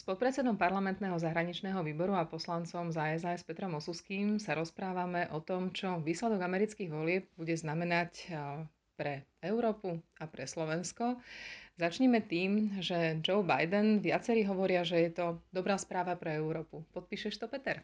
podpredsedom parlamentného zahraničného výboru a poslancom za SAS Petrom Osuským sa rozprávame o tom, čo výsledok amerických volieb bude znamenať pre Európu a pre Slovensko. Začneme tým, že Joe Biden, viacerí hovoria, že je to dobrá správa pre Európu. Podpíšeš to, Peter?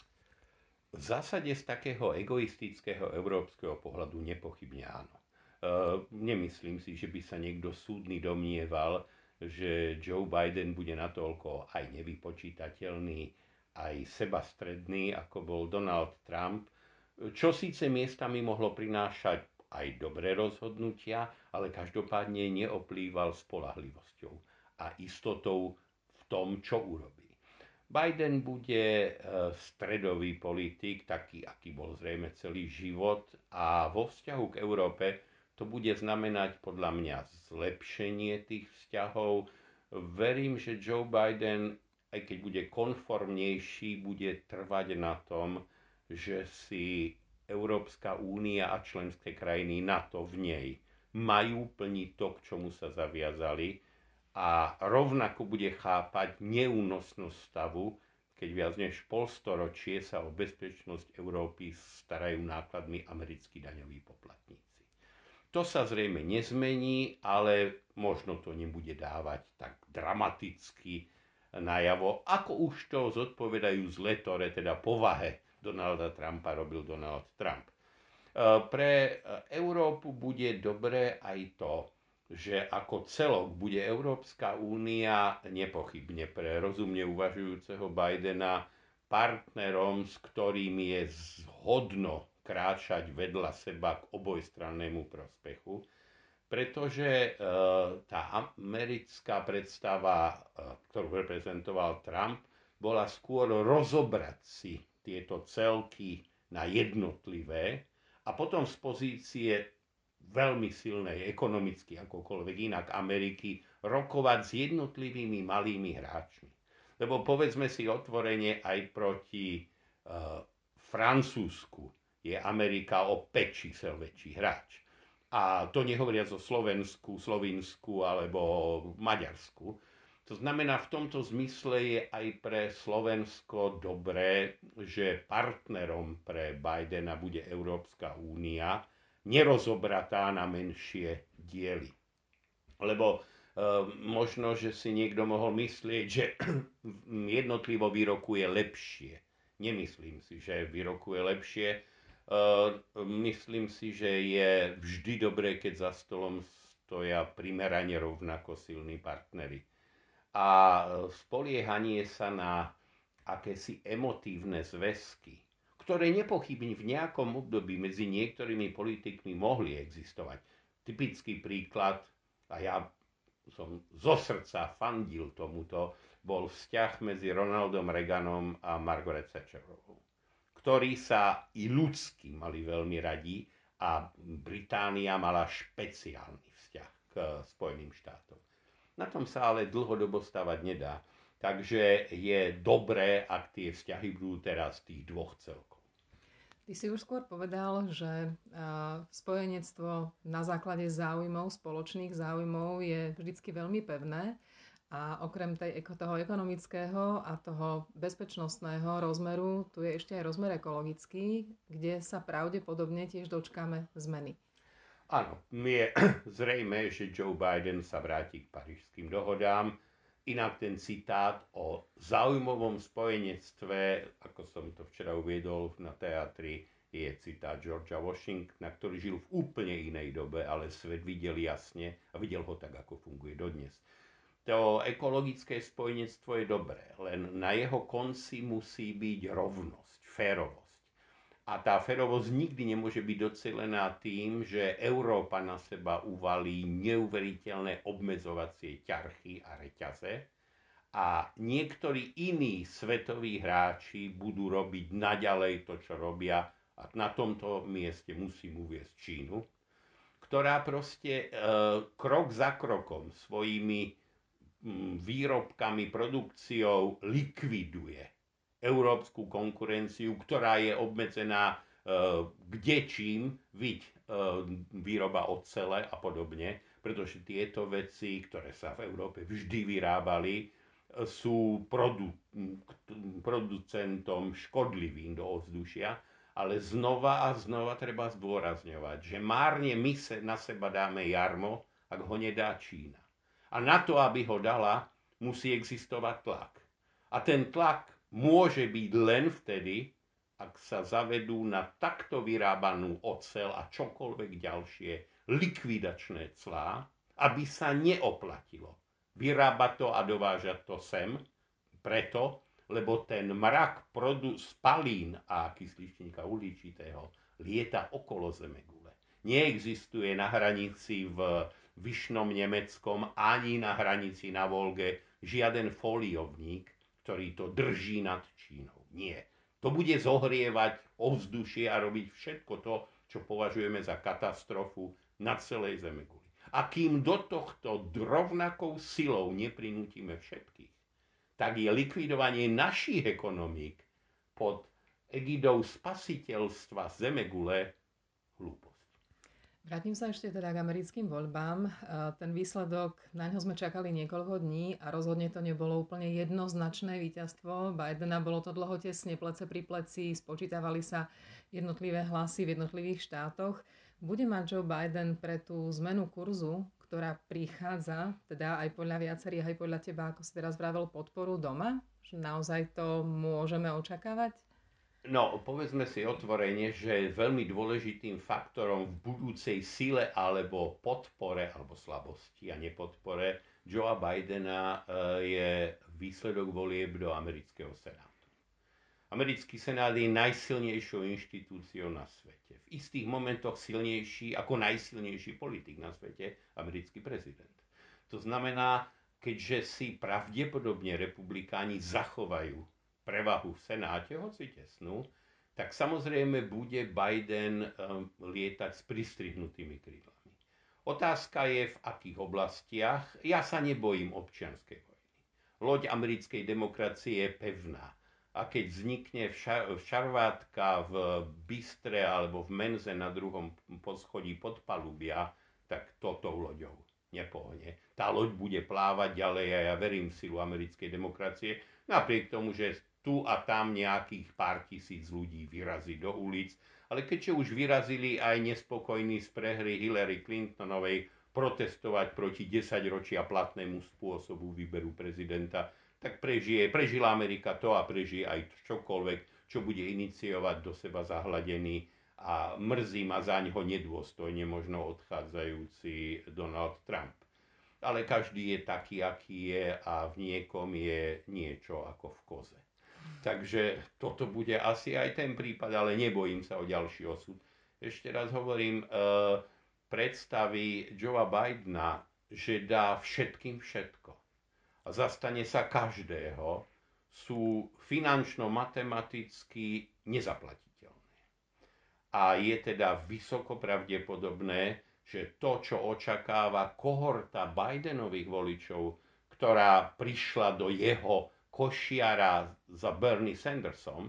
V zásade z takého egoistického európskeho pohľadu nepochybne áno. Nemyslím si, že by sa niekto súdny domnieval, že Joe Biden bude natoľko aj nevypočítateľný, aj sebastredný, ako bol Donald Trump, čo síce miestami mohlo prinášať aj dobré rozhodnutia, ale každopádne neoplýval spolahlivosťou a istotou v tom, čo urobí. Biden bude stredový politik, taký, aký bol zrejme celý život, a vo vzťahu k Európe to bude znamenať podľa mňa zlepšenie tých vzťahov. Verím, že Joe Biden, aj keď bude konformnejší, bude trvať na tom, že si Európska únia a členské krajiny NATO v nej majú plniť to, k čomu sa zaviazali, a rovnako bude chápať neúnosnosť stavu, keď viac než polstoročie sa o bezpečnosť Európy starajú nákladmi americkí daňoví poplatníci. To sa zrejme nezmení, ale možno to nebude dávať tak dramaticky najavo, ako už to zodpovedajú zletore, teda povahe Donalda Trumpa, robil Donald Trump. Pre Európu bude dobré aj to, že ako celok bude Európska únia nepochybne pre rozumne uvažujúceho Bidena partnerom, s ktorým je zhodno kráčať vedľa seba k obojstrannému prospechu, pretože tá americká predstava, ktorú reprezentoval Trump, bola skôr rozobrať si tieto celky na jednotlivé a potom z pozície veľmi silnej ekonomicky akokoľvek inak Ameriky rokovať s jednotlivými malými hráčmi. Lebo povedzme si otvorene, aj proti Francúzsku je Amerika o 5 čísel väčší hráč. A to nehovoriac o Slovensku, Slovinsku alebo Maďarsku. To znamená, v tomto zmysle je aj pre Slovensko dobré, že partnerom pre Bidena bude Európska únia, nerozobratá na menšie diely. Lebo možno, že si niekto mohol myslieť, že jednotlivo vyrokuje lepšie. Nemyslím si, že vyrokuje lepšie. Myslím si, že je vždy dobré, keď za stolom stoja primerane rovnako silní partnery. A spoliehanie sa na akési emotívne zväzky, ktoré nepochybne v nejakom období medzi niektorými politikmi mohli existovať. Typický príklad, a ja som zo srdca fandil tomuto, bol vzťah medzi Ronaldom Reaganom a Margaret Thatcherovou, ktorí sa i ľudsky mali veľmi radi a Británia mala špeciálny vzťah k Spojeným štátom. Na tom sa ale dlhodobo stavať nedá. Takže je dobré, ak tie vzťahy budú teraz tých dvoch celkov. Ty si už skôr povedal, že spojenectvo na základe záujmov, spoločných záujmov je vždycky veľmi pevné a okrem toho ekonomického a toho bezpečnostného rozmeru tu je ešte aj rozmer ekologický, kde sa pravdepodobne tiež dočkáme zmeny. Áno, je zrejme, že Joe Biden sa vráti k parížským dohodám. Inak ten citát o záujmovom spojenectve, ako som to včera uviedol na teatri, je citát Georgea Washingtona, ktorý žil v úplne inej dobe, ale svet videl jasne a videl ho tak, ako funguje dodnes. To ekologické spojenectvo je dobré, len na jeho konci musí byť rovnosť, férovosť. A tá férovosť nikdy nemôže byť docelená tým, že Európa na seba uvalí neuveriteľné obmedzovacie ťarchy a reťaze a niektorí iní svetoví hráči budú robiť naďalej to, čo robia, a na tomto mieste musím uviesť Čínu, ktorá proste krok za krokom svojimi výrobkami, produkciou likviduje európsku konkurenciu, ktorá je obmedzená kdečím, výroba ocele a podobne, pretože tieto veci, ktoré sa v Európe vždy vyrábali, sú producentom škodlivým do ovzdušia, ale znova a znova treba zdôrazňovať, že márne my na seba dáme jarmo, ak ho nedá Čína. A na to, aby ho dala, musí existovať tlak. A ten tlak môže byť len vtedy, ak sa zavedú na takto vyrábanú oceľ a čokoľvek ďalšie likvidačné clá, aby sa neoplatilo vyrábať to a dovážať to sem, preto, lebo ten mrak spalín a kysličníka uhličitého lieta okolo Zemegule. Neexistuje na hranici v Vyšnom Nemeckom ani na hranici na Volge žiaden foliovník, ktorý to drží nad Čínou. Nie. To bude zohrievať ovzdušie a robiť všetko to, čo považujeme za katastrofu na celej Zemeguli. A kým do tohto rovnakou silou neprinútime všetkých, tak je likvidovanie našich ekonomík pod egidou spasiteľstva Zemegule hlúposť. Vrátim sa ešte teda k americkým voľbám. Ten výsledok, na ňo sme čakali niekoľko dní a rozhodne to nebolo úplne jednoznačné víťazstvo Bidena. Bolo to dlho tesne, plece pri pleci, spočítavali sa jednotlivé hlasy v jednotlivých štátoch. Bude mať Joe Biden pre tú zmenu kurzu, ktorá prichádza, teda aj podľa viacerých, aj podľa teba, ako si teraz vravel, podporu doma? Že naozaj to môžeme očakávať? No, povedzme si otvorene, že veľmi dôležitým faktorom v budúcej sile alebo podpore, alebo slabosti a nepodpore Joea Bidena je výsledok volieb do amerického senátu. Americký senát je najsilnejšou inštitúciou na svete. V istých momentoch silnejší ako najsilnejší politik na svete, americký prezident. To znamená, keďže si pravdepodobne republikáni zachovajú prevahu v Senáte, hoci tesnú, tak samozrejme bude Biden lietať s pristrihnutými krídlami. Otázka je, v akých oblastiach. Ja sa nebojím občianskej vojny. Loď americkej demokracie je pevná. A keď vznikne šarvátka v Bystre alebo v Menze na druhom poschodí podpalubia, tak toto loďou nepohne. Tá loď bude plávať ďalej a ja verím v silu americkej demokracie, napriek tomu, že tu a tam nejakých pár tisíc ľudí vyrazí do ulic, ale keďže už vyrazili aj nespokojní z prehry Hillary Clintonovej protestovať proti 10 ročia platnému spôsobu výberu prezidenta, tak prežila Amerika to a prežije aj čokoľvek, čo bude iniciovať do seba zahladený a mrzí ma zaňho nedôstojne možno odchádzajúci Donald Trump. Ale každý je taký, aký je a v niekom je niečo ako v koze. Takže toto bude asi aj ten prípad, ale nebojím sa o ďalší osud. Ešte raz hovorím, predstavy Joea Bidena, že dá všetkým všetko a zastane sa každého, sú finančno-matematicky nezaplatiteľné. A je teda vysoko pravdepodobné, že to, čo očakáva kohorta Bidenových voličov, ktorá prišla do jeho košiara za Bernie Sandersom,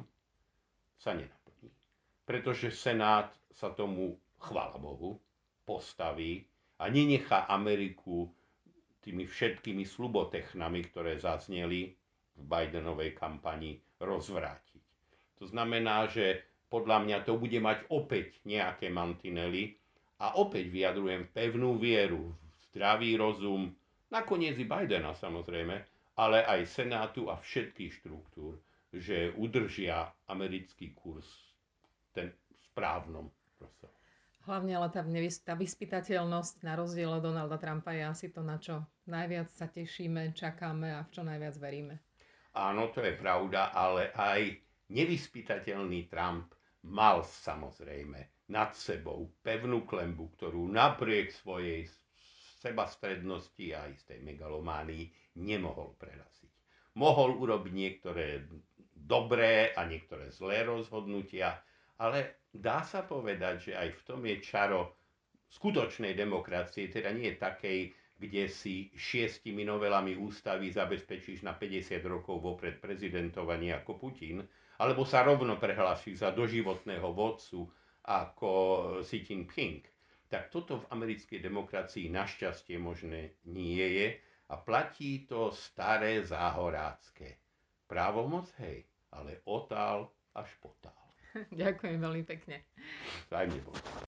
sa nenaplní. Pretože Senát sa tomu, chvála Bohu, postaví a nenechá Ameriku tými všetkými slubotechnami, ktoré zazneli v Bidenovej kampani, rozvrátiť. To znamená, že podľa mňa to bude mať opäť nejaké mantinely a opäť vyjadrujem pevnú vieru v zdravý rozum, nakoniec i Bidena samozrejme, ale aj Senátu a všetkých štruktúr, že udržia americký kurz ten správnom rozsahu. Hlavne ale tá vyspytateľnosť na rozdiel od Donalda Trumpa je asi to, na čo najviac sa tešíme, čakáme a v čo najviac veríme. Áno, to je pravda, ale aj nevyspytateľný Trump mal samozrejme nad sebou pevnú klembu, ktorú napriek svojej sebastrednosti a istej megalománii nemohol preraziť. Mohol urobiť niektoré dobré a niektoré zlé rozhodnutia, ale dá sa povedať, že aj v tom je čaro skutočnej demokracie, teda nie takej, kde si 6 novelami ústavy zabezpečíš na 50 rokov vopred prezidentovanie ako Putin, alebo sa rovno prehlásiš za doživotného vodcu ako Xi Jinping. Tak toto v americkej demokracii našťastie možné nie je A platí to staré záhorácké. Právomoc, hej, ale otál až potál. Ďakujem veľmi pekne. Daj mi Boh.